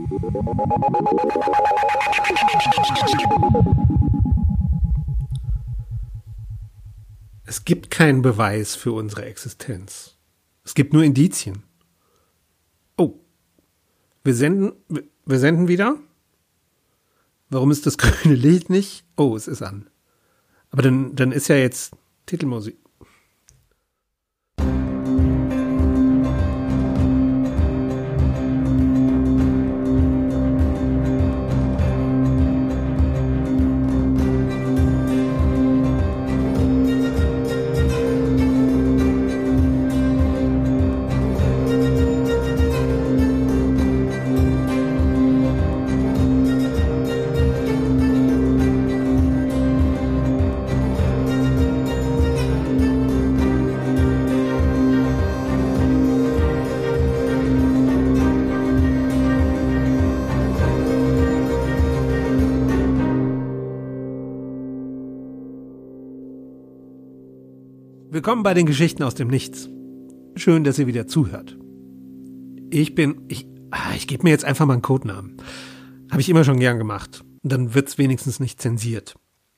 Es gibt keinen Beweis für unsere Existenz. Es gibt nur Indizien. Oh, wir senden wieder? Warum ist das grüne Licht nicht? Oh, es ist an. Aber dann ist ja jetzt Titelmusik. Willkommen bei den Geschichten aus dem Nichts. Schön, dass ihr wieder zuhört. Ich gebe mir jetzt einfach mal einen Codenamen. Habe ich immer schon gern gemacht. Dann wird's wenigstens nicht zensiert.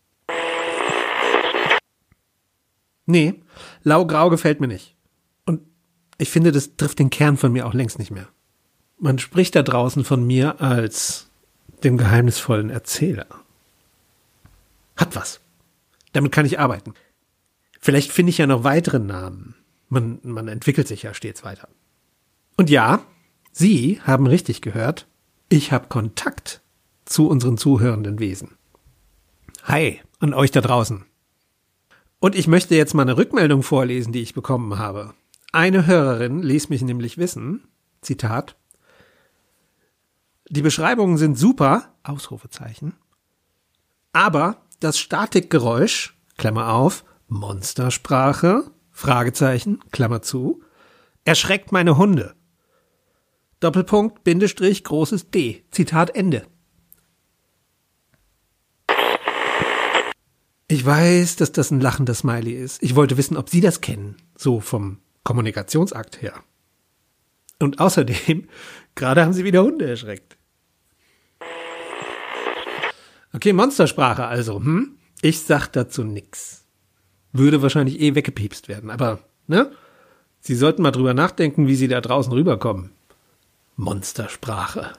Nee, Lau-Grau gefällt mir nicht. Und ich finde, das trifft den Kern von mir auch längst nicht mehr. Man spricht da draußen von mir als dem geheimnisvollen Erzähler. Hat was. Damit kann ich arbeiten. Vielleicht finde ich ja noch weitere Namen. Man entwickelt sich ja stets weiter. Und ja, Sie haben richtig gehört, ich habe Kontakt zu unseren zuhörenden Wesen. Hi an euch da draußen. Und ich möchte jetzt mal eine Rückmeldung vorlesen, die ich bekommen habe. Eine Hörerin ließ mich nämlich wissen, Zitat, die Beschreibungen sind super, Ausrufezeichen, aber das Statikgeräusch, Klammer auf, Monstersprache, Fragezeichen, Klammer zu, erschreckt meine Hunde. Doppelpunkt, Bindestrich, großes D. Zitat Ende. Ich weiß, dass das ein lachender Smiley ist. Ich wollte wissen, ob Sie das kennen, so vom Kommunikationsakt her. Und außerdem, gerade haben Sie wieder Hunde erschreckt. Okay, Monstersprache also, Ich sag dazu nix. Würde wahrscheinlich weggepiepst werden, aber, ne? Sie sollten mal drüber nachdenken, wie Sie da draußen rüberkommen. Monstersprache.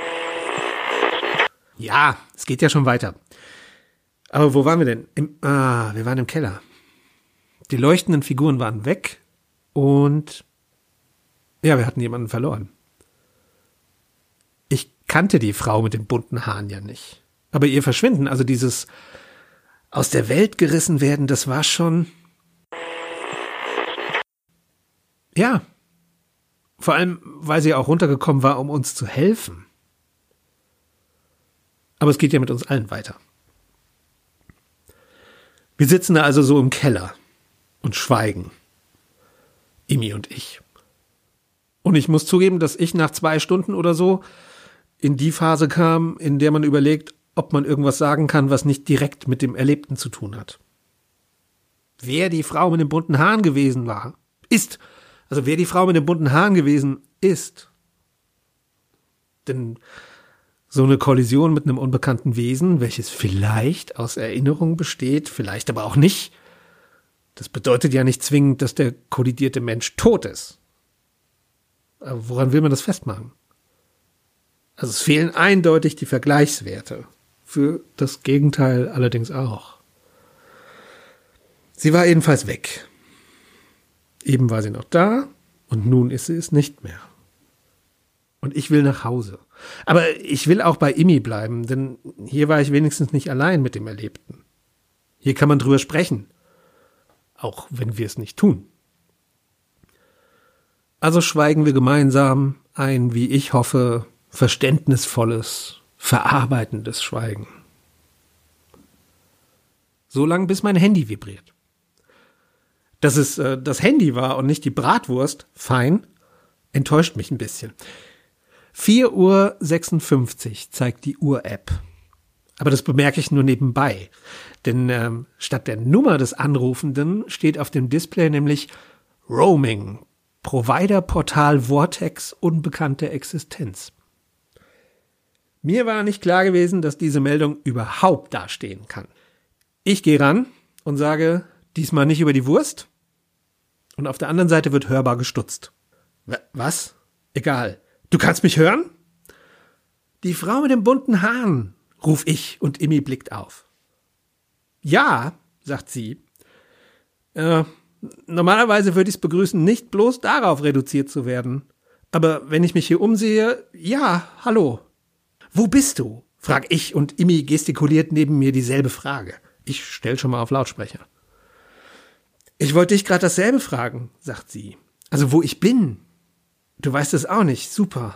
Ja, es geht ja schon weiter. Aber wo waren wir denn? Wir waren im Keller. Die leuchtenden Figuren waren weg und ja, wir hatten jemanden verloren. Ich kannte die Frau mit den bunten Haaren ja nicht. Aber ihr Verschwinden, also dieses aus der Welt gerissen werden, das war schon... Ja. Vor allem, weil sie auch runtergekommen war, um uns zu helfen. Aber es geht ja mit uns allen weiter. Wir sitzen da also so im Keller und schweigen. Imi und ich. Und ich muss zugeben, dass ich nach 2 Stunden oder so in die Phase kam, in der man überlegt, ob man irgendwas sagen kann, was nicht direkt mit dem Erlebten zu tun hat. Wer die Frau mit den bunten Haaren gewesen wer die Frau mit den bunten Haaren gewesen ist. Denn so eine Kollision mit einem unbekannten Wesen, welches vielleicht aus Erinnerung besteht, vielleicht aber auch nicht, das bedeutet ja nicht zwingend, dass der kollidierte Mensch tot ist. Aber woran will man das festmachen? Also es fehlen eindeutig die Vergleichswerte. Für das Gegenteil allerdings auch. Sie war jedenfalls weg. Eben war sie noch da und nun ist sie es nicht mehr. Und ich will nach Hause. Aber ich will auch bei Imi bleiben, denn hier war ich wenigstens nicht allein mit dem Erlebten. Hier kann man drüber sprechen, auch wenn wir es nicht tun. Also schweigen wir gemeinsam ein, wie ich hoffe, verständnisvolles, verarbeitendes Schweigen. So lange, bis mein Handy vibriert. Dass es das Handy war und nicht die Bratwurst, fein, enttäuscht mich ein bisschen. 4:56 Uhr zeigt die Uhr-App. Aber das bemerke ich nur nebenbei. Denn statt der Nummer des Anrufenden steht auf dem Display nämlich Roaming, Provider-Portal Vortex, unbekannte Existenz. Mir war nicht klar gewesen, dass diese Meldung überhaupt dastehen kann. Ich gehe ran und sage, diesmal nicht über die Wurst. Und auf der anderen Seite wird hörbar gestutzt. Was? Egal. Du kannst mich hören? Die Frau mit den bunten Haaren, ruf ich und Immi blickt auf. Ja, sagt sie. Normalerweise würde ich es begrüßen, nicht bloß darauf reduziert zu werden. Aber wenn ich mich hier umsehe, ja, hallo. Wo bist du? Frag ich und Immi gestikuliert neben mir dieselbe Frage. Ich stell schon mal auf Lautsprecher. Ich wollte dich gerade dasselbe fragen, sagt sie. Also wo ich bin. Du weißt es auch nicht. Super.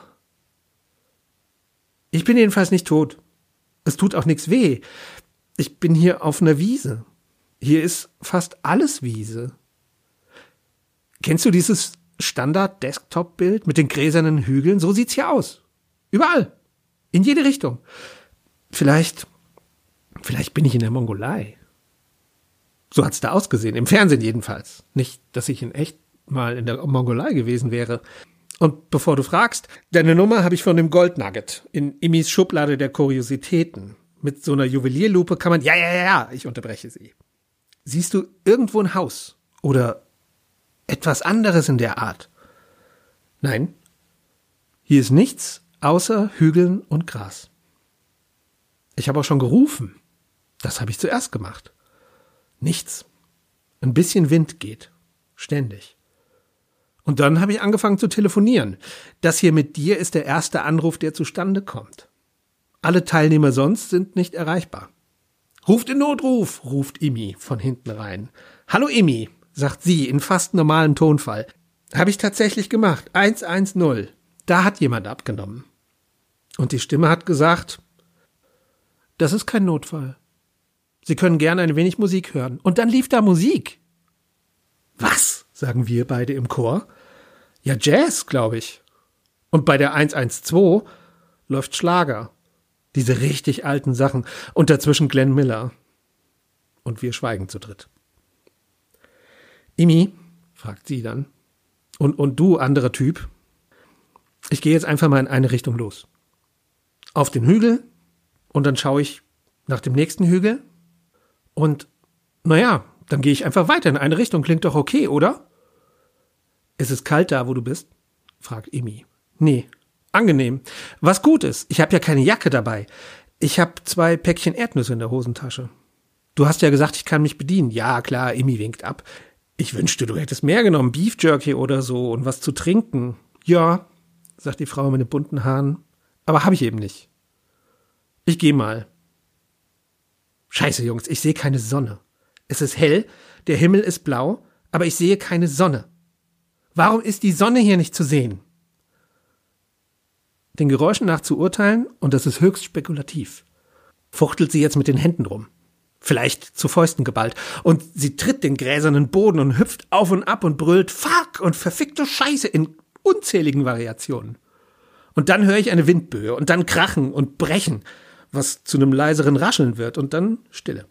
Ich bin jedenfalls nicht tot. Es tut auch nichts weh. Ich bin hier auf einer Wiese. Hier ist fast alles Wiese. Kennst du dieses Standard-Desktop-Bild mit den gräsernen Hügeln? So sieht's hier aus. Überall. In jede Richtung. Vielleicht bin ich in der Mongolei. So hat's da ausgesehen. Im Fernsehen jedenfalls. Nicht, dass ich in echt mal in der Mongolei gewesen wäre. Und bevor du fragst, deine Nummer habe ich von dem Goldnugget in Immis Schublade der Kuriositäten. Mit so einer Juwelierlupe kann man... Ja, ich unterbreche sie. Siehst du irgendwo ein Haus? Oder etwas anderes in der Art? Nein. Hier ist nichts außer Hügeln und Gras. Ich habe auch schon gerufen. Das habe ich zuerst gemacht. Nichts. Ein bisschen Wind geht. Ständig. Und dann habe ich angefangen zu telefonieren. Das hier mit dir ist der erste Anruf, der zustande kommt. Alle Teilnehmer sonst sind nicht erreichbar. Ruft den Notruf, ruft Immi von hinten rein. Hallo Immi, sagt sie in fast normalem Tonfall. Habe ich tatsächlich gemacht. 110. Da hat jemand abgenommen. Und die Stimme hat gesagt, das ist kein Notfall. Sie können gerne ein wenig Musik hören. Und dann lief da Musik. Was? Sagen wir beide im Chor. Ja, Jazz, glaube ich. Und bei der 112 läuft Schlager. Diese richtig alten Sachen. Und dazwischen Glenn Miller. Und wir schweigen zu dritt. Immi, fragt sie dann. Und du, anderer Typ. Ich gehe jetzt einfach mal in eine Richtung los. Auf den Hügel. Und dann schaue ich nach dem nächsten Hügel. Und, naja, dann gehe ich einfach weiter in eine Richtung. Klingt doch okay, oder? Ist es kalt da, wo du bist? Fragt Immi. Nee, angenehm. Was gut ist, ich habe ja keine Jacke dabei. Ich habe 2 Päckchen Erdnüsse in der Hosentasche. Du hast ja gesagt, ich kann mich bedienen. Ja, klar, Immi winkt ab. Ich wünschte, du hättest mehr genommen, Beef Jerky oder so und was zu trinken. Ja, sagt die Frau mit den bunten Haaren. Aber habe ich eben nicht. Ich gehe mal. Scheiße, Jungs, ich sehe keine Sonne. Es ist hell, der Himmel ist blau, aber ich sehe keine Sonne. Warum ist die Sonne hier nicht zu sehen? Den Geräuschen nach zu urteilen, und das ist höchst spekulativ, fuchtelt sie jetzt mit den Händen rum. Vielleicht zu Fäusten geballt. Und sie tritt den gräsernen Boden und hüpft auf und ab und brüllt Fuck und verfickte Scheiße in unzähligen Variationen. Und dann höre ich eine Windböe und dann Krachen und Brechen, was zu einem leiseren Rascheln wird und dann Stille.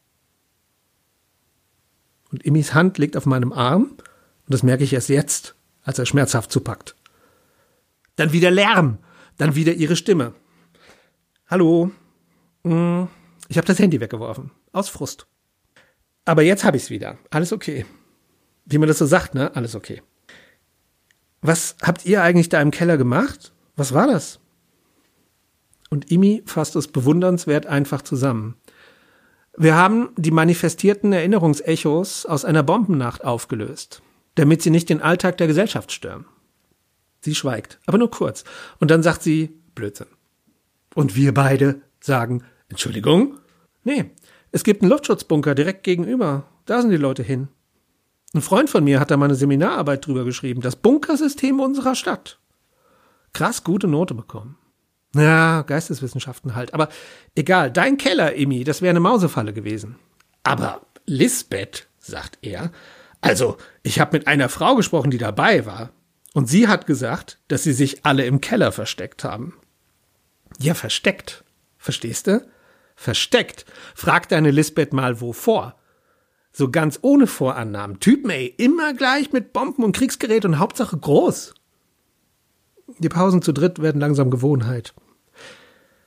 Und Immis Hand liegt auf meinem Arm und das merke ich erst jetzt, als er schmerzhaft zupackt. Dann wieder Lärm, dann wieder ihre Stimme. Hallo, ich habe das Handy weggeworfen, aus Frust. Aber jetzt habe ich's wieder, alles okay. Wie man das so sagt, ne, alles okay. Was habt ihr eigentlich da im Keller gemacht? Was war das? Und Immi fasst es bewundernswert einfach zusammen. Wir haben die manifestierten Erinnerungsechos aus einer Bombennacht aufgelöst, damit sie nicht den Alltag der Gesellschaft stören. Sie schweigt, aber nur kurz. Und dann sagt sie, Blödsinn. Und wir beide sagen, Entschuldigung? Nee, es gibt einen Luftschutzbunker direkt gegenüber. Da sind die Leute hin. Ein Freund von mir hat da mal eine Seminararbeit drüber geschrieben. Das Bunkersystem unserer Stadt. Krass gute Note bekommen. Ja, Geisteswissenschaften halt. Aber egal, dein Keller, Immi, das wäre eine Mausefalle gewesen. Aber Lisbeth, sagt er, also ich habe mit einer Frau gesprochen, die dabei war. Und sie hat gesagt, dass sie sich alle im Keller versteckt haben. Ja, versteckt. Verstehst du? Versteckt. Frag deine Lisbeth mal, wovor. So ganz ohne Vorannahmen. Typen, ey, immer gleich mit Bomben und Kriegsgerät und Hauptsache groß. Die Pausen zu dritt werden langsam Gewohnheit.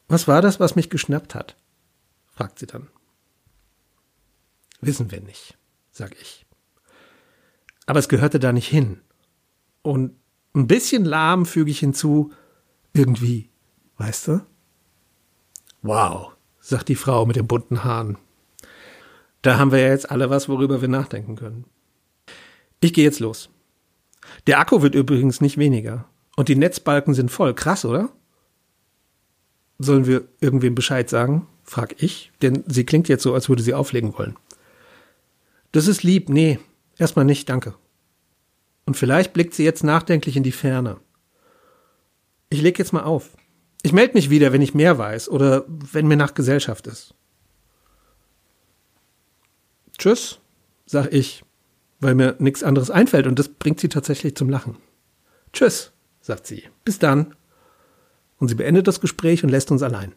Was war das, was mich geschnappt hat? Fragt sie dann. Wissen wir nicht, sag ich. Aber es gehörte da nicht hin. Und ein bisschen lahm füge ich hinzu, irgendwie, weißt du? Wow, sagt die Frau mit den bunten Haaren. Da haben wir ja jetzt alle was, worüber wir nachdenken können. Ich gehe jetzt los. Der Akku wird übrigens nicht weniger. Und die Netzbalken sind voll. Krass, oder? Sollen wir irgendwem Bescheid sagen? Frag ich, denn sie klingt jetzt so, als würde sie auflegen wollen. Das ist lieb. Nee, erstmal nicht, danke. Und vielleicht blickt sie jetzt nachdenklich in die Ferne. Ich leg jetzt mal auf. Ich melde mich wieder, wenn ich mehr weiß oder wenn mir nach Gesellschaft ist. Tschüss, sag ich, weil mir nichts anderes einfällt und das bringt sie tatsächlich zum Lachen. Tschüss, sagt sie. Bis dann. Und sie beendet das Gespräch und lässt uns allein.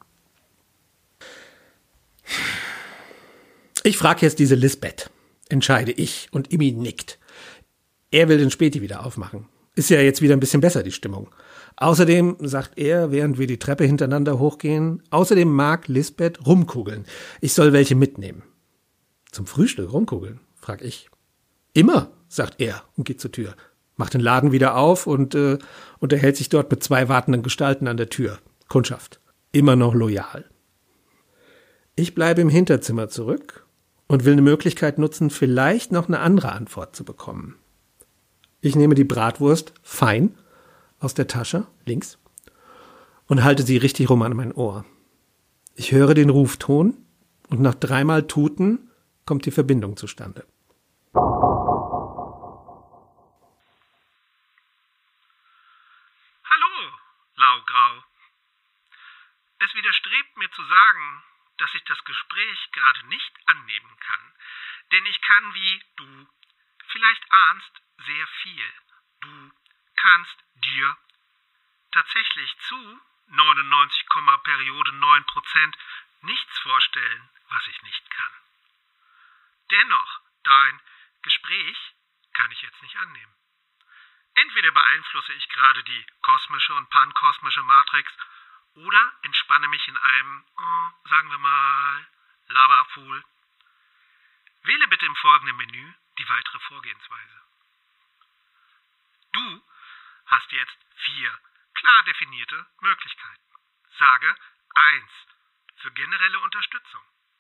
Ich frage jetzt diese Lisbeth. Entscheide ich und Imi nickt. Er will den Späti wieder aufmachen. Ist ja jetzt wieder ein bisschen besser, die Stimmung. Außerdem, sagt er, während wir die Treppe hintereinander hochgehen, außerdem mag Lisbeth Rumkugeln. Ich soll welche mitnehmen. Zum Frühstück Rumkugeln, frag ich. Immer, sagt er und geht zur Tür. Macht den Laden wieder auf und unterhält sich dort mit 2 wartenden Gestalten an der Tür. Kundschaft. Immer noch loyal. Ich bleibe im Hinterzimmer zurück und will eine Möglichkeit nutzen, vielleicht noch eine andere Antwort zu bekommen. Ich nehme die Bratwurst fein aus der Tasche, links, und halte sie richtig rum an mein Ohr. Ich höre den Rufton und nach 3-mal Tuten kommt die Verbindung zustande. Laugrau. Es widerstrebt mir zu sagen, dass ich das Gespräch gerade nicht annehmen kann, denn ich kann, wie du vielleicht ahnst, sehr viel. Du kannst dir tatsächlich zu 99,9% nichts vorstellen, was ich nicht kann. Dennoch, dein Gespräch kann ich jetzt nicht annehmen. Entweder beeinflusse ich gerade die kosmische und pankosmische Matrix oder entspanne mich in einem, sagen wir mal, Lavapool. Wähle bitte im folgenden Menü die weitere Vorgehensweise. Du hast jetzt 4 klar definierte Möglichkeiten. Sage 1 für generelle Unterstützung.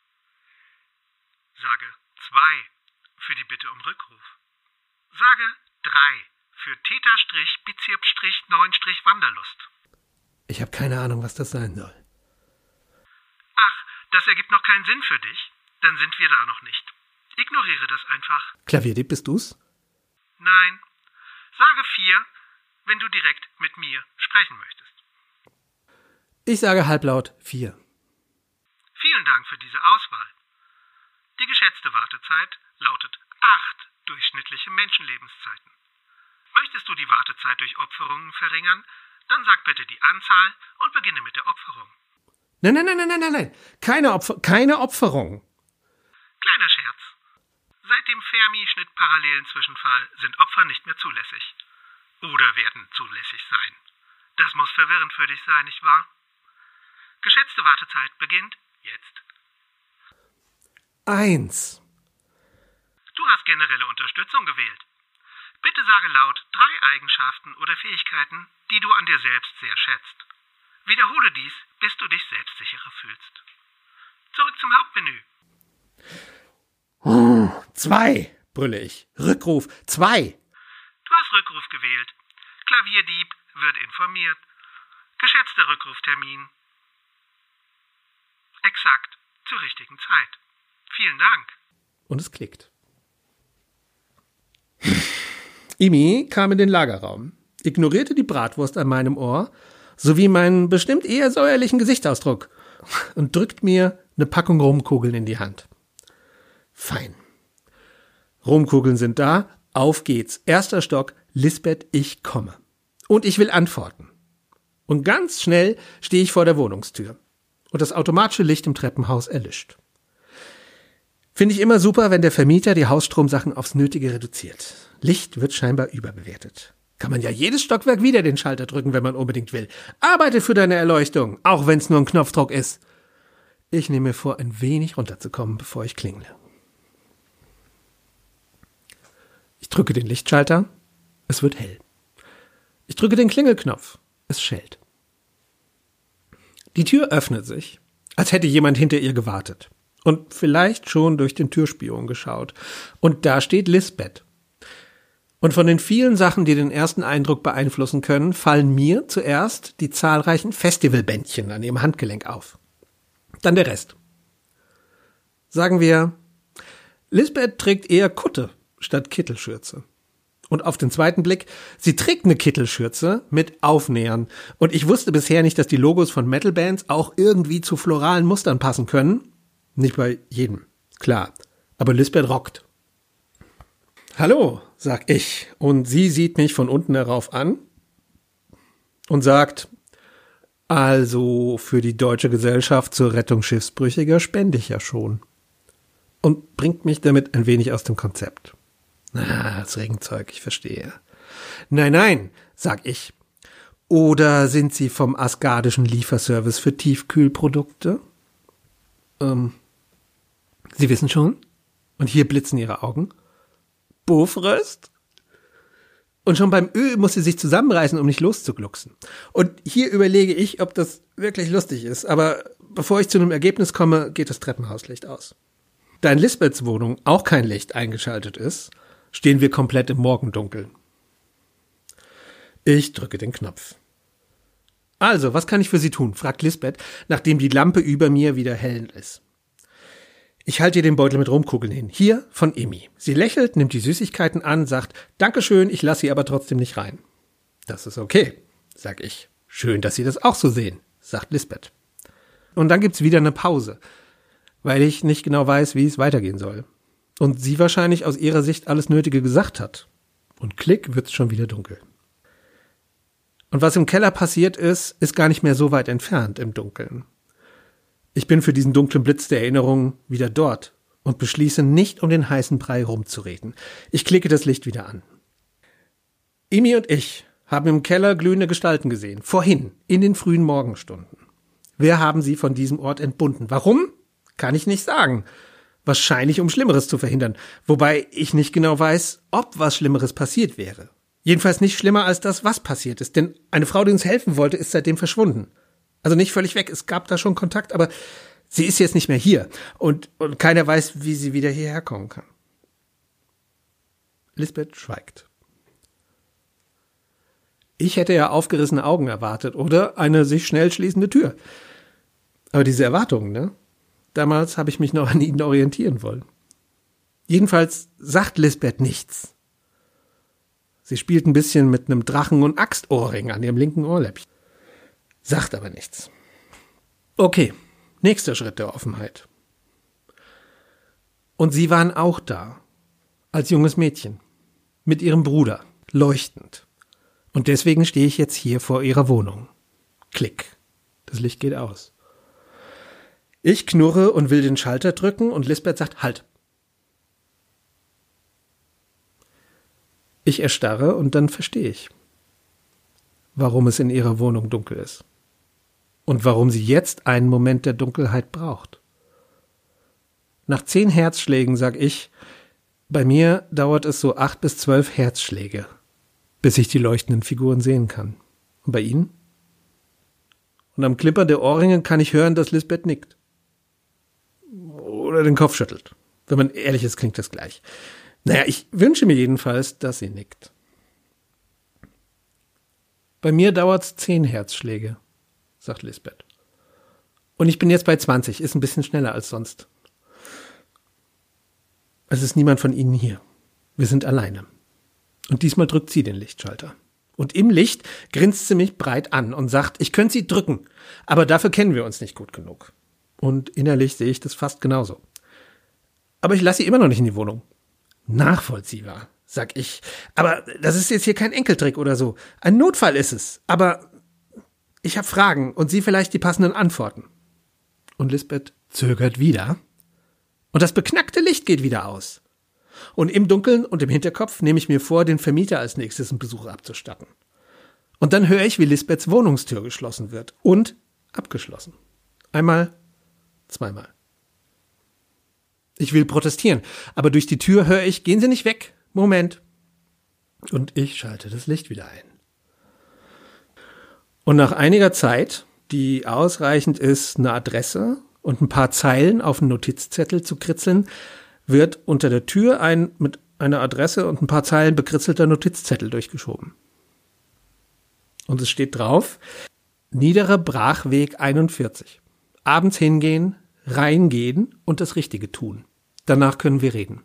Sage 2 für die Bitte um Rückruf. Sage 3 für Theta-Bezirk-9-Wanderlust. Ich habe keine Ahnung, was das sein soll. Ach, das ergibt noch keinen Sinn für dich? Dann sind wir da noch nicht. Ignoriere das einfach. Klavierdieb, bist du's? Nein. Sage 4, wenn du direkt mit mir sprechen möchtest. Ich sage halblaut 4. Vielen Dank für diese Auswahl. Die geschätzte Wartezeit lautet 8 durchschnittliche Menschenlebenszeiten. Möchtest du die Wartezeit durch Opferungen verringern, dann sag bitte die Anzahl und beginne mit der Opferung. Nein. Keine Opferung. Kleiner Scherz. Seit dem Fermi-Schnittparallelen Zwischenfall sind Opfer nicht mehr zulässig. Oder werden zulässig sein. Das muss verwirrend für dich sein, nicht wahr? Geschätzte Wartezeit beginnt jetzt. 1. Du hast generelle Unterstützung gewählt. Bitte sage laut 3 Eigenschaften oder Fähigkeiten, die du an dir selbst sehr schätzt. Wiederhole dies, bis du dich selbstsicherer fühlst. Zurück zum Hauptmenü. 2, brülle ich. Rückruf 2. Du hast Rückruf gewählt. Klavierdieb wird informiert. Geschätzter Rückruftermin. Exakt zur richtigen Zeit. Vielen Dank. Und es klickt. Imi kam in den Lagerraum, ignorierte die Bratwurst an meinem Ohr sowie meinen bestimmt eher säuerlichen Gesichtsausdruck und drückt mir eine Packung Rumkugeln in die Hand. Fein. Rumkugeln sind da, auf geht's. 1. Stock, Lisbeth, ich komme. Und ich will antworten. Und ganz schnell stehe ich vor der Wohnungstür und das automatische Licht im Treppenhaus erlischt. Finde ich immer super, wenn der Vermieter die Hausstromsachen aufs Nötige reduziert. Licht wird scheinbar überbewertet. Kann man ja jedes Stockwerk wieder den Schalter drücken, wenn man unbedingt will. Arbeite für deine Erleuchtung, auch wenn es nur ein Knopfdruck ist. Ich nehme mir vor, ein wenig runterzukommen, bevor ich klingle. Ich drücke den Lichtschalter, es wird hell. Ich drücke den Klingelknopf, es schellt. Die Tür öffnet sich, als hätte jemand hinter ihr gewartet und vielleicht schon durch den Türspion geschaut. Und da steht Lisbeth. Und von den vielen Sachen, die den ersten Eindruck beeinflussen können, fallen mir zuerst die zahlreichen Festivalbändchen an ihrem Handgelenk auf. Dann der Rest. Sagen wir, Lisbeth trägt eher Kutte statt Kittelschürze. Und auf den zweiten Blick, sie trägt eine Kittelschürze mit Aufnähern. Und ich wusste bisher nicht, dass die Logos von Metalbands auch irgendwie zu floralen Mustern passen können. Nicht bei jedem, klar. Aber Lisbeth rockt. Hallo, sag ich. Und sie sieht mich von unten herauf an und sagt, also für die Deutsche Gesellschaft zur Rettung Schiffsbrüchiger spende ich ja schon. Und bringt mich damit ein wenig aus dem Konzept. Das Regenzeug, ich verstehe. Nein, sag ich. Oder sind Sie vom asgardischen Lieferservice für Tiefkühlprodukte? Sie wissen schon? Und hier blitzen Ihre Augen. Bofröst? Und schon beim Öl muss sie sich zusammenreißen, um nicht loszuglucksen. Und hier überlege ich, ob das wirklich lustig ist. Aber bevor ich zu einem Ergebnis komme, geht das Treppenhauslicht aus. Da in Lisbeths Wohnung auch kein Licht eingeschaltet ist, stehen wir komplett im Morgendunkeln. Ich drücke den Knopf. Also, was kann ich für Sie tun? Fragt Lisbeth, nachdem die Lampe über mir wieder hell ist. Ich halte ihr den Beutel mit Rumkugeln hin. Hier, von Emmy. Sie lächelt, nimmt die Süßigkeiten an, sagt, Dankeschön, ich lasse sie aber trotzdem nicht rein. Das ist okay, sag ich. Schön, dass Sie das auch so sehen, sagt Lisbeth. Und dann gibt's wieder eine Pause, weil ich nicht genau weiß, wie es weitergehen soll. Und sie wahrscheinlich aus ihrer Sicht alles Nötige gesagt hat. Und klick, wird's schon wieder dunkel. Und was im Keller passiert ist, ist gar nicht mehr so weit entfernt im Dunkeln. Ich bin für diesen dunklen Blitz der Erinnerung wieder dort und beschließe, nicht um den heißen Brei rumzureden. Ich klicke das Licht wieder an. Emmy und ich haben im Keller glühende Gestalten gesehen. Vorhin, in den frühen Morgenstunden. Wir haben sie von diesem Ort entbunden. Warum? Kann ich nicht sagen. Wahrscheinlich, um Schlimmeres zu verhindern. Wobei ich nicht genau weiß, ob was Schlimmeres passiert wäre. Jedenfalls nicht schlimmer als das, was passiert ist. Denn eine Frau, die uns helfen wollte, ist seitdem verschwunden. Also nicht völlig weg, es gab da schon Kontakt, aber sie ist jetzt nicht mehr hier. Und keiner weiß, wie sie wieder hierher kommen kann. Lisbeth schweigt. Ich hätte ja aufgerissene Augen erwartet oder eine sich schnell schließende Tür. Aber diese Erwartungen, ne? Damals habe ich mich noch an ihnen orientieren wollen. Jedenfalls sagt Lisbeth nichts. Sie spielt ein bisschen mit einem Drachen- und Axtohrring an ihrem linken Ohrläppchen. Sagt aber nichts. Okay, nächster Schritt der Offenheit. Und sie waren auch da, als junges Mädchen, mit ihrem Bruder, leuchtend. Und deswegen stehe ich jetzt hier vor ihrer Wohnung. Klick, das Licht geht aus. Ich knurre und will den Schalter drücken und Lisbeth sagt, halt. Ich erstarre und dann verstehe ich, warum es in ihrer Wohnung dunkel ist. Und warum sie jetzt einen Moment der Dunkelheit braucht. Nach 10 Herzschlägen sag ich, bei mir dauert es so 8 bis 12 Herzschläge, bis ich die leuchtenden Figuren sehen kann. Und bei Ihnen? Und am Klimpern der Ohrringe kann ich hören, dass Lisbeth nickt. Oder den Kopf schüttelt. Wenn man ehrlich ist, klingt das gleich. Naja, ich wünsche mir jedenfalls, dass sie nickt. Bei mir dauert's 10 Herzschläge, sagt Lisbeth. Und ich bin jetzt bei 20, ist ein bisschen schneller als sonst. Es ist niemand von Ihnen hier. Wir sind alleine. Und diesmal drückt sie den Lichtschalter. Und im Licht grinst sie mich breit an und sagt, ich könnte sie drücken, aber dafür kennen wir uns nicht gut genug. Und innerlich sehe ich das fast genauso. Aber ich lasse sie immer noch nicht in die Wohnung. Nachvollziehbar, sag ich. Aber das ist jetzt hier kein Enkeltrick oder so. Ein Notfall ist es. Aber ich habe Fragen und Sie vielleicht die passenden Antworten. Und Lisbeth zögert wieder. Und das beknackte Licht geht wieder aus. Und im Dunkeln und im Hinterkopf nehme ich mir vor, den Vermieter als nächstes einen Besuch abzustatten. Und dann höre ich, wie Lisbeths Wohnungstür geschlossen wird und abgeschlossen. Einmal, zweimal. Ich will protestieren, aber durch die Tür höre ich, gehen Sie nicht weg, Moment. Und ich schalte das Licht wieder ein. Und nach einiger Zeit, die ausreichend ist, eine Adresse und ein paar Zeilen auf einen Notizzettel zu kritzeln, wird unter der Tür ein mit einer Adresse und ein paar Zeilen bekritzelter Notizzettel durchgeschoben. Und es steht drauf, Niederer Brachweg 41. Abends hingehen, reingehen und das Richtige tun. Danach können wir reden.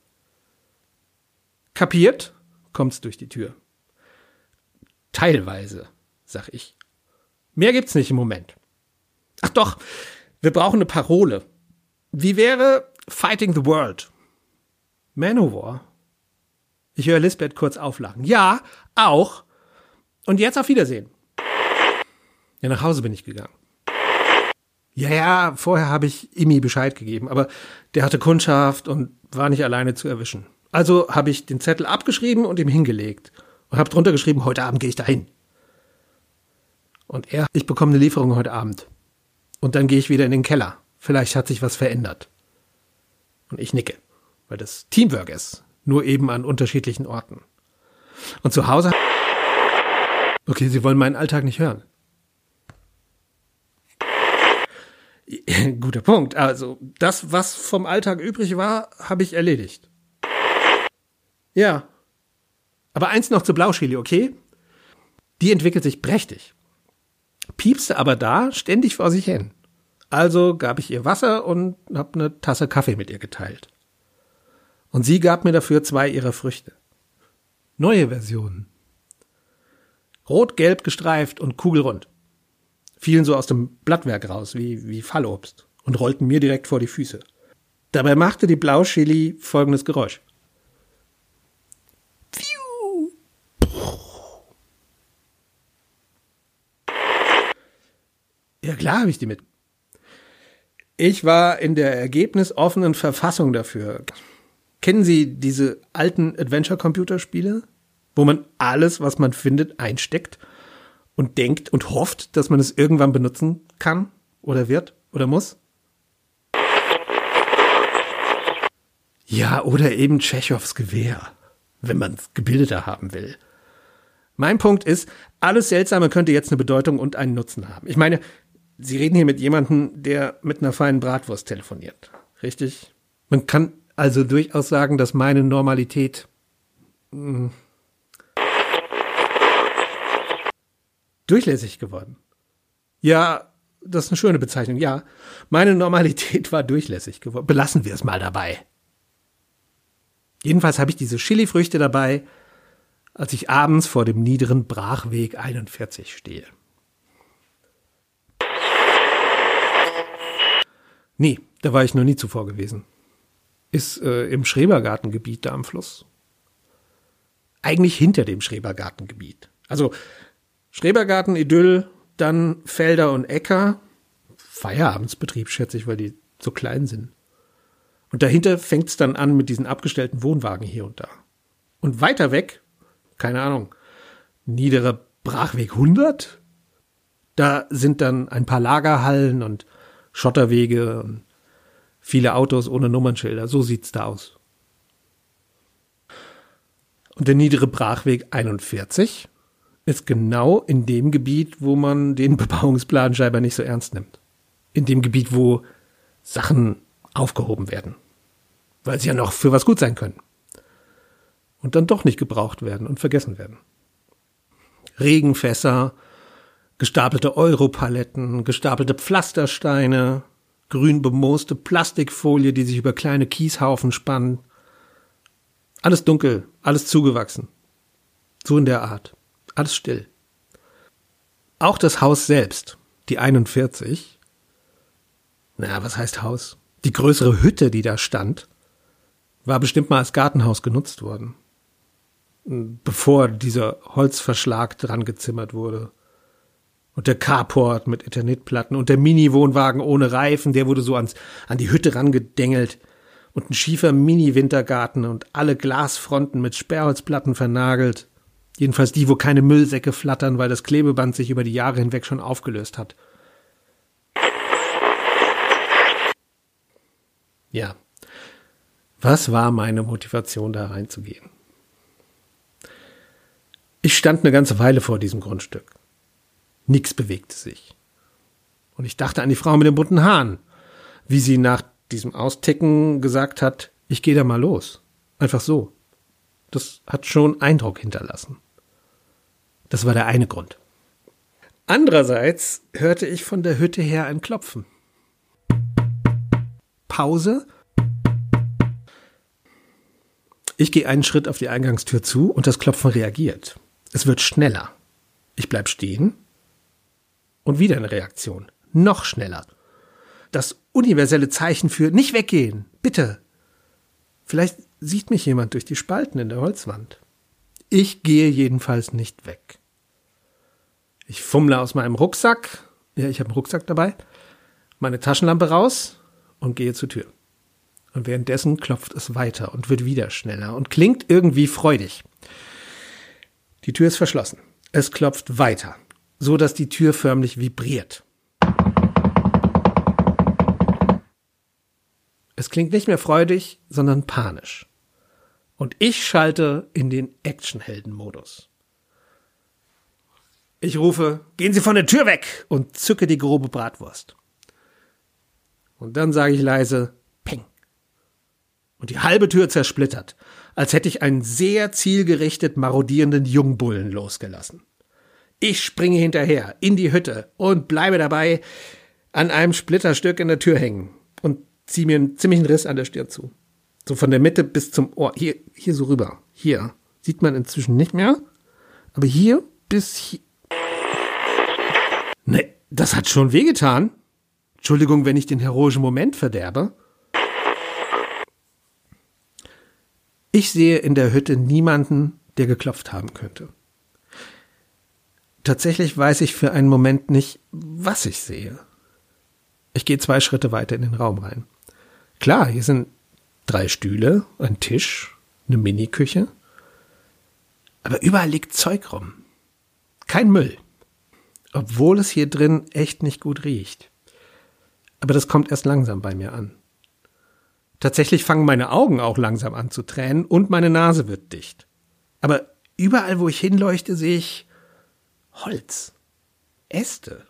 Kapiert? Kommt's durch die Tür. Teilweise, sag ich. Mehr gibt's nicht im Moment. Ach doch, wir brauchen eine Parole. Wie wäre Fighting the World? Manowar? Ich höre Lisbeth kurz auflachen. Ja, auch. Und jetzt auf Wiedersehen. Ja, nach Hause bin ich gegangen. Ja, vorher habe ich Imi Bescheid gegeben, aber der hatte Kundschaft und war nicht alleine zu erwischen. Also habe ich den Zettel abgeschrieben und ihm hingelegt und habe drunter geschrieben, heute Abend gehe ich dahin. Und ich bekomme eine Lieferung heute Abend. Und dann gehe ich wieder in den Keller. Vielleicht hat sich was verändert. Und ich nicke, weil das Teamwork ist, nur eben an unterschiedlichen Orten. Und zu Hause... Okay, Sie wollen meinen Alltag nicht hören. Guter Punkt. Also, das, was vom Alltag übrig war, habe ich erledigt. Ja. Aber eins noch zu Blauchili, okay? Die entwickelt sich prächtig. Piepste aber da ständig vor sich hin. Also gab ich ihr Wasser und habe eine Tasse Kaffee mit ihr geteilt. Und sie gab mir dafür 2 ihrer Früchte. Neue Versionen. Rot-gelb gestreift und kugelrund. Fielen so aus dem Blattwerk raus, wie Fallobst, und rollten mir direkt vor die Füße. Dabei machte die Blauchili folgendes Geräusch. Pfiuh. Ja, klar habe ich die mit. Ich war in der ergebnisoffenen Verfassung dafür. Kennen Sie diese alten Adventure-Computerspiele, wo man alles, was man findet, einsteckt und denkt und hofft, dass man es irgendwann benutzen kann oder wird oder muss? Ja, oder eben Tschechows Gewehr, wenn man es gebildeter haben will. Mein Punkt ist, alles Seltsame könnte jetzt eine Bedeutung und einen Nutzen haben. Ich meine, Sie reden hier mit jemandem, der mit einer feinen Bratwurst telefoniert. Richtig? Man kann also durchaus sagen, dass meine Normalität durchlässig geworden. Ja, das ist eine schöne Bezeichnung. Ja, meine Normalität war durchlässig geworden. Belassen wir es mal dabei. Jedenfalls habe ich diese Chilifrüchte dabei, als ich abends vor dem niederen Brachweg 41 stehe. Nee, da war ich noch nie zuvor gewesen. Ist im Schrebergartengebiet da am Fluss. Eigentlich hinter dem Schrebergartengebiet. Also Schrebergarten, Idyll, dann Felder und Äcker. Feierabendsbetrieb, schätze ich, weil die so klein sind. Und dahinter fängt es dann an mit diesen abgestellten Wohnwagen hier und da. Und weiter weg, keine Ahnung, niederer Brachweg 100? Da sind dann ein paar Lagerhallen und Schotterwege und viele Autos ohne Nummernschilder. So sieht's da aus. Und der niedere Brachweg 41 ist genau in dem Gebiet, wo man den Bebauungsplan scheinbar nicht so ernst nimmt. In dem Gebiet, wo Sachen aufgehoben werden. Weil sie ja noch für was gut sein können. Und dann doch nicht gebraucht werden und vergessen werden. Regenfässer, gestapelte Europaletten, gestapelte Pflastersteine, grün bemooste Plastikfolie, die sich über kleine Kieshaufen spannen. Alles dunkel, alles zugewachsen. So in der Art. Alles still. Auch das Haus selbst, die 41, was heißt Haus? Die größere Hütte, die da stand, war bestimmt mal als Gartenhaus genutzt worden. Bevor dieser Holzverschlag dran gezimmert wurde. Und der Carport mit Eternitplatten und der Mini-Wohnwagen ohne Reifen, der wurde so an die Hütte rangedengelt. und ein schiefer Mini-Wintergarten und alle Glasfronten mit Sperrholzplatten vernagelt. Jedenfalls die, wo keine Müllsäcke flattern, weil das Klebeband sich über die Jahre hinweg schon aufgelöst hat. Ja, was war meine Motivation, da reinzugehen? Ich stand eine ganze Weile vor diesem Grundstück. Nix bewegte sich. Und ich dachte an die Frau mit den bunten Haaren, wie sie nach diesem Austicken gesagt hat, ich gehe da mal los. Einfach so. Das hat schon Eindruck hinterlassen. Das war der eine Grund. Andererseits hörte ich von der Hütte her ein Klopfen. Pause. Ich gehe einen Schritt auf die Eingangstür zu und das Klopfen reagiert. Es wird schneller. Ich bleib stehen und wieder eine Reaktion. Noch schneller. Das universelle Zeichen für nicht weggehen, bitte. Vielleicht sieht mich jemand durch die Spalten in der Holzwand. Ich gehe jedenfalls nicht weg. Ich fummle aus meinem Rucksack, ich habe einen Rucksack dabei, meine Taschenlampe raus und gehe zur Tür. Und währenddessen klopft es weiter und wird wieder schneller und klingt irgendwie freudig. Die Tür ist verschlossen. Es klopft weiter, so dass die Tür förmlich vibriert. Es klingt nicht mehr freudig, sondern panisch. Und ich schalte in den Actionhelden-Modus. Ich rufe, gehen Sie von der Tür weg und zücke die grobe Bratwurst. Und dann sage ich leise, peng. Und die halbe Tür zersplittert, als hätte ich einen sehr zielgerichtet marodierenden Jungbullen losgelassen. Ich springe hinterher in die Hütte und bleibe dabei an einem Splitterstück in der Tür hängen und ziehe mir einen ziemlichen Riss an der Stirn zu. So von der Mitte bis zum Ohr. Hier so rüber. Hier. Sieht man inzwischen nicht mehr. Aber hier bis hier. Nee, das hat schon wehgetan. Entschuldigung, wenn ich den heroischen Moment verderbe. Ich sehe in der Hütte niemanden, der geklopft haben könnte. Tatsächlich weiß ich für einen Moment nicht, was ich sehe. Ich gehe 2 Schritte weiter in den Raum rein. Klar, hier sind 3 Stühle, ein Tisch, eine Miniküche. Aber überall liegt Zeug rum. Kein Müll. Obwohl es hier drin echt nicht gut riecht. Aber das kommt erst langsam bei mir an. Tatsächlich fangen meine Augen auch langsam an zu tränen und meine Nase wird dicht. Aber überall, wo ich hinleuchte, sehe ich Holz, Äste.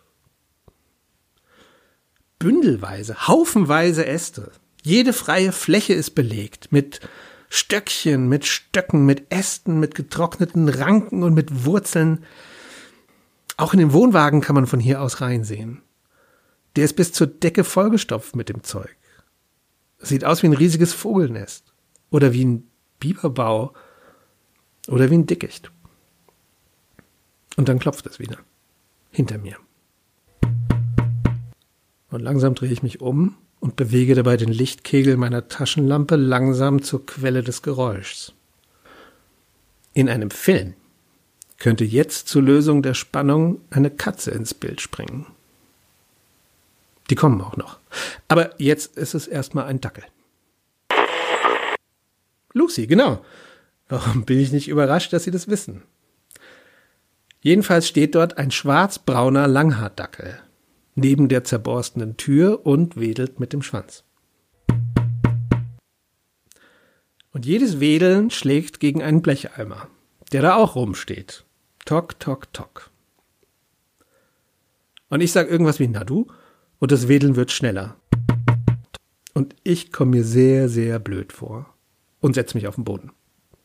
Bündelweise, haufenweise Äste. Jede freie Fläche ist belegt mit Stöckchen, mit Stöcken, mit Ästen, mit getrockneten Ranken und mit Wurzeln. Auch in den Wohnwagen kann man von hier aus reinsehen. Der ist bis zur Decke vollgestopft mit dem Zeug. Sieht aus wie ein riesiges Vogelnest oder wie ein Biberbau oder wie ein Dickicht. Und dann klopft es wieder. Hinter mir. Und langsam drehe ich mich um und bewege dabei den Lichtkegel meiner Taschenlampe langsam zur Quelle des Geräuschs. In einem Film könnte jetzt zur Lösung der Spannung eine Katze ins Bild springen. Die kommen auch noch. Aber jetzt ist es erstmal ein Dackel. Lucy, genau. Warum bin ich nicht überrascht, dass Sie das wissen? Jedenfalls steht dort ein schwarzbrauner Langhaardackel neben der zerborstenen Tür und wedelt mit dem Schwanz. Und jedes Wedeln schlägt gegen einen Blecheimer, der da auch rumsteht. Tok, tok, tok. Und ich sag irgendwas wie na du und das Wedeln wird schneller. Und ich komme mir sehr, sehr blöd vor und setze mich auf den Boden.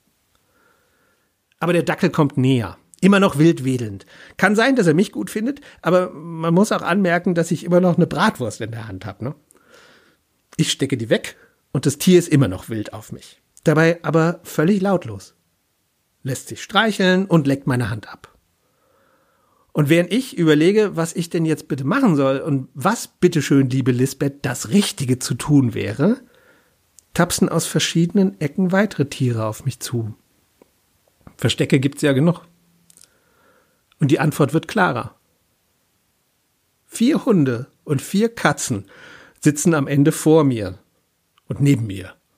Aber der Dackel kommt näher. Immer noch wild wedelnd. Kann sein, dass er mich gut findet, aber man muss auch anmerken, dass ich immer noch eine Bratwurst in der Hand habe, ne? Ich stecke die weg und das Tier ist immer noch wild auf mich. Dabei aber völlig lautlos. Lässt sich streicheln und leckt meine Hand ab. Und während ich überlege, was ich denn jetzt bitte machen soll und was bitteschön, liebe Lisbeth, das Richtige zu tun wäre, tapsen aus verschiedenen Ecken weitere Tiere auf mich zu. Verstecke gibt's ja genug. Und die Antwort wird klarer. 4 Hunde und 4 Katzen sitzen am Ende vor mir und neben mir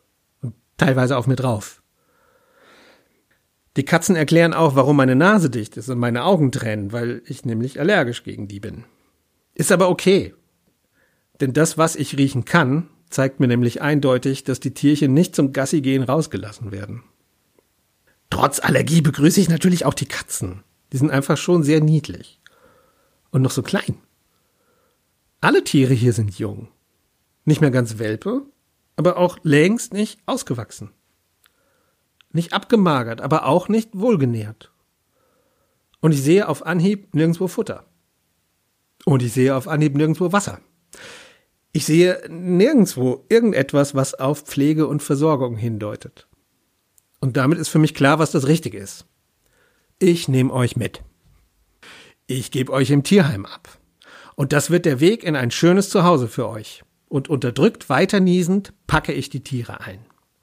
teilweise auf mir drauf. Die Katzen erklären auch, warum meine Nase dicht ist und meine Augen tränen, weil ich nämlich allergisch gegen die bin. Ist aber okay. Denn das, was ich riechen kann, zeigt mir nämlich eindeutig, dass die Tierchen nicht zum Gassigehen rausgelassen werden. Trotz Allergie begrüße ich natürlich auch die Katzen. Die sind einfach schon sehr niedlich. Und noch so klein. Alle Tiere hier sind jung. Nicht mehr ganz Welpe, aber auch längst nicht ausgewachsen. Nicht abgemagert, aber auch nicht wohlgenährt. Und ich sehe auf Anhieb nirgendwo Futter. Und ich sehe auf Anhieb nirgendwo Wasser. Ich sehe nirgendwo irgendetwas, was auf Pflege und Versorgung hindeutet. Und damit ist für mich klar, was das Richtige ist. Ich nehme euch mit. Ich gebe euch im Tierheim ab. Und das wird der Weg in ein schönes Zuhause für euch. Und unterdrückt weiter niesend packe ich die Tiere ein.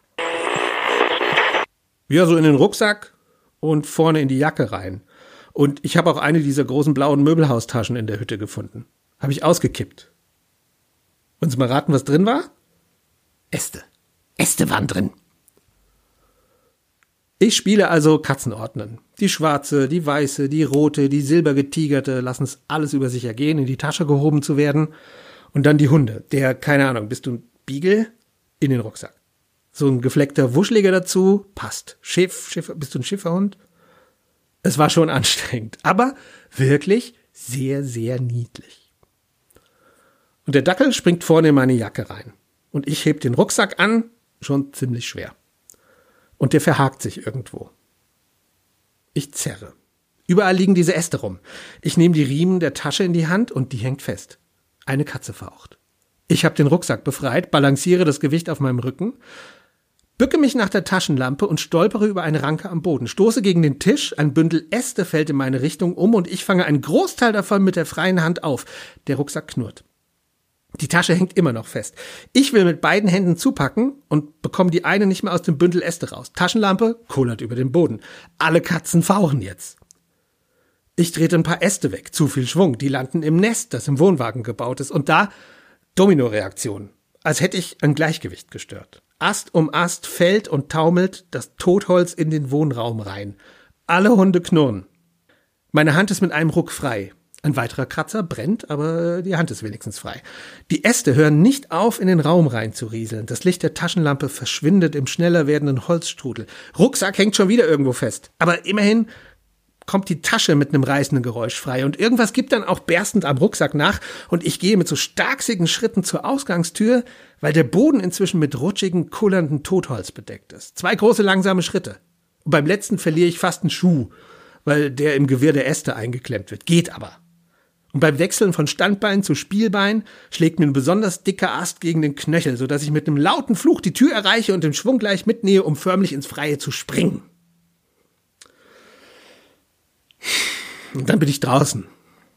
Ja, so in den Rucksack und vorne in die Jacke rein. Und ich habe auch eine dieser großen blauen Möbelhaustaschen in der Hütte gefunden. Habe ich ausgekippt. Wollen Sie mal raten, was drin war? Äste. Äste waren drin. Ich spiele also Katzenordnen. Die schwarze, die weiße, die rote, die silbergetigerte lassen es alles über sich ergehen, in die Tasche gehoben zu werden. Und dann die Hunde. Der, keine Ahnung, bist du ein Beagle? In den Rucksack. So ein gefleckter Wuscheliger dazu, passt. Schiffer, bist du ein Schifferhund? Es war schon anstrengend, aber wirklich sehr, sehr niedlich. Und der Dackel springt vorne in meine Jacke rein. Und ich heb den Rucksack an, schon ziemlich schwer. Und der verhakt sich irgendwo. Ich zerre. Überall liegen diese Äste rum. Ich nehme die Riemen der Tasche in die Hand und die hängt fest. Eine Katze faucht. Ich habe den Rucksack befreit, balanciere das Gewicht auf meinem Rücken, bücke mich nach der Taschenlampe und stolpere über eine Ranke am Boden, stoße gegen den Tisch, ein Bündel Äste fällt in meine Richtung um und ich fange einen Großteil davon mit der freien Hand auf. Der Rucksack knurrt. Die Tasche hängt immer noch fest. Ich will mit beiden Händen zupacken und bekomme die eine nicht mehr aus dem Bündel Äste raus. Taschenlampe kullert über den Boden. Alle Katzen fauchen jetzt. Ich trete ein paar Äste weg. Zu viel Schwung. Die landen im Nest, das im Wohnwagen gebaut ist. Und da Dominoreaktion. Als hätte ich ein Gleichgewicht gestört. Ast um Ast fällt und taumelt das Totholz in den Wohnraum rein. Alle Hunde knurren. Meine Hand ist mit einem Ruck frei. Ein weiterer Kratzer brennt, aber die Hand ist wenigstens frei. Die Äste hören nicht auf, in den Raum reinzurieseln. Das Licht der Taschenlampe verschwindet im schneller werdenden Holzstrudel. Rucksack hängt schon wieder irgendwo fest. Aber immerhin kommt die Tasche mit einem reißenden Geräusch frei. Und irgendwas gibt dann auch berstend am Rucksack nach. Und ich gehe mit so starksigen Schritten zur Ausgangstür, weil der Boden inzwischen mit rutschigen, kullernden Totholz bedeckt ist. 2 große, langsame Schritte. Und beim letzten verliere ich fast einen Schuh, weil der im Gewirr der Äste eingeklemmt wird. Geht aber. Und beim Wechseln von Standbein zu Spielbein schlägt mir ein besonders dicker Ast gegen den Knöchel, sodass ich mit einem lauten Fluch die Tür erreiche und den Schwung gleich mitnähe, um förmlich ins Freie zu springen. Und dann bin ich draußen.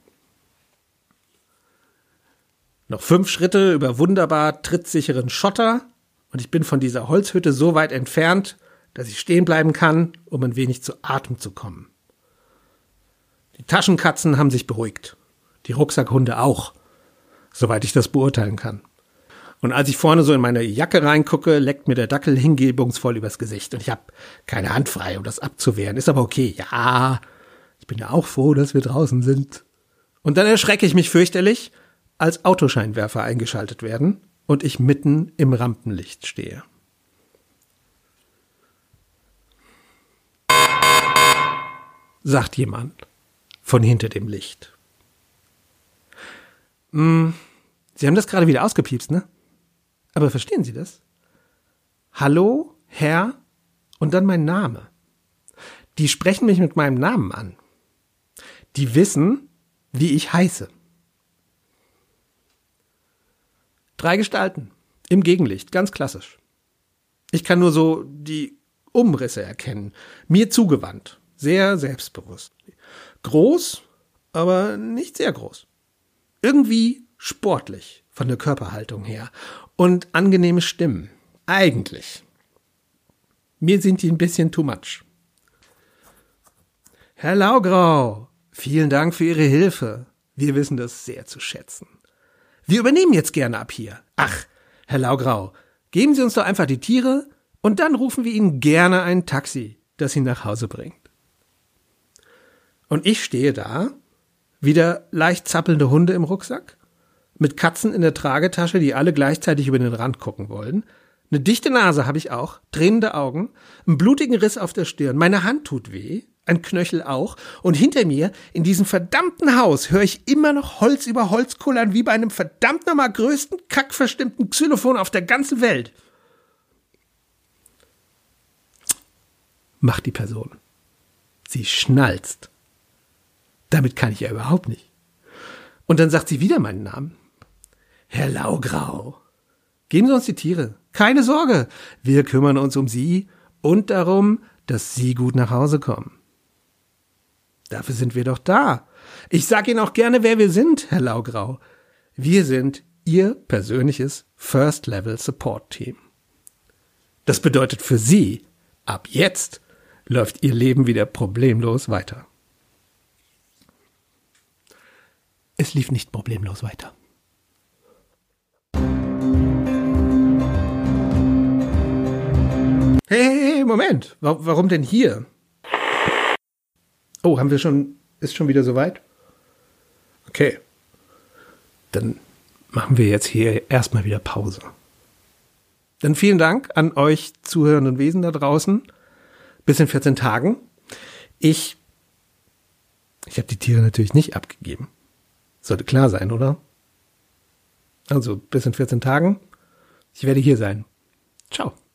Noch 5 Schritte über wunderbar trittsicheren Schotter und ich bin von dieser Holzhütte so weit entfernt, dass ich stehen bleiben kann, um ein wenig zu Atem zu kommen. Die Taschenkatzen haben sich beruhigt. Die Rucksackhunde auch, soweit ich das beurteilen kann. Und als ich vorne so in meine Jacke reingucke, leckt mir der Dackel hingebungsvoll übers Gesicht. Und ich habe keine Hand frei, um das abzuwehren. Ist aber okay. Ja, ich bin ja auch froh, dass wir draußen sind. Und dann erschrecke ich mich fürchterlich, als Autoscheinwerfer eingeschaltet werden und ich mitten im Rampenlicht stehe. Sagt jemand von hinter dem Licht. Sie haben das gerade wieder ausgepiepst, ne? Aber verstehen Sie das? Hallo, Herr, und dann mein Name. Die sprechen mich mit meinem Namen an. Die wissen, wie ich heiße. 3 Gestalten, im Gegenlicht, ganz klassisch. Ich kann nur so die Umrisse erkennen, mir zugewandt, sehr selbstbewusst. Groß, aber nicht sehr groß. Irgendwie sportlich von der Körperhaltung her und angenehme Stimmen. Eigentlich. Mir sind die ein bisschen too much. Herr Laugrau, vielen Dank für Ihre Hilfe. Wir wissen das sehr zu schätzen. Wir übernehmen jetzt gerne ab hier. Ach, Herr Laugrau, geben Sie uns doch einfach die Tiere Und dann rufen wir Ihnen gerne ein Taxi, das Sie nach Hause bringt. Und ich stehe da, wieder leicht zappelnde Hunde im Rucksack, mit Katzen in der Tragetasche, die alle gleichzeitig über den Rand gucken wollen. Eine dichte Nase habe ich auch, tränende Augen, einen blutigen Riss auf der Stirn, meine Hand tut weh, ein Knöchel auch, und hinter mir, in diesem verdammten Haus, höre ich immer noch Holz über Holz kullern, wie bei einem verdammt nochmal größten, kackverstimmten Xylophon auf der ganzen Welt. Macht die Person. Sie schnalzt. Damit kann ich ja überhaupt nicht. Und dann sagt sie wieder meinen Namen. Herr Laugrau, geben Sie uns die Tiere. Keine Sorge, wir kümmern uns um Sie und darum, dass Sie gut nach Hause kommen. Dafür sind wir doch da. Ich sag Ihnen auch gerne, wer wir sind, Herr Laugrau. Wir sind Ihr persönliches First-Level-Support-Team. Das bedeutet für Sie, ab jetzt läuft Ihr Leben wieder problemlos weiter. Es lief nicht problemlos weiter. Hey, Moment. Warum denn hier? Oh, ist schon wieder soweit? Okay. Dann machen wir jetzt hier erstmal wieder Pause. Dann vielen Dank an euch zuhörenden Wesen da draußen. Bis in 14 Tagen. Ich habe die Tiere natürlich nicht abgegeben. Sollte klar sein, oder? Also bis in 14 Tagen. Ich werde hier sein. Ciao.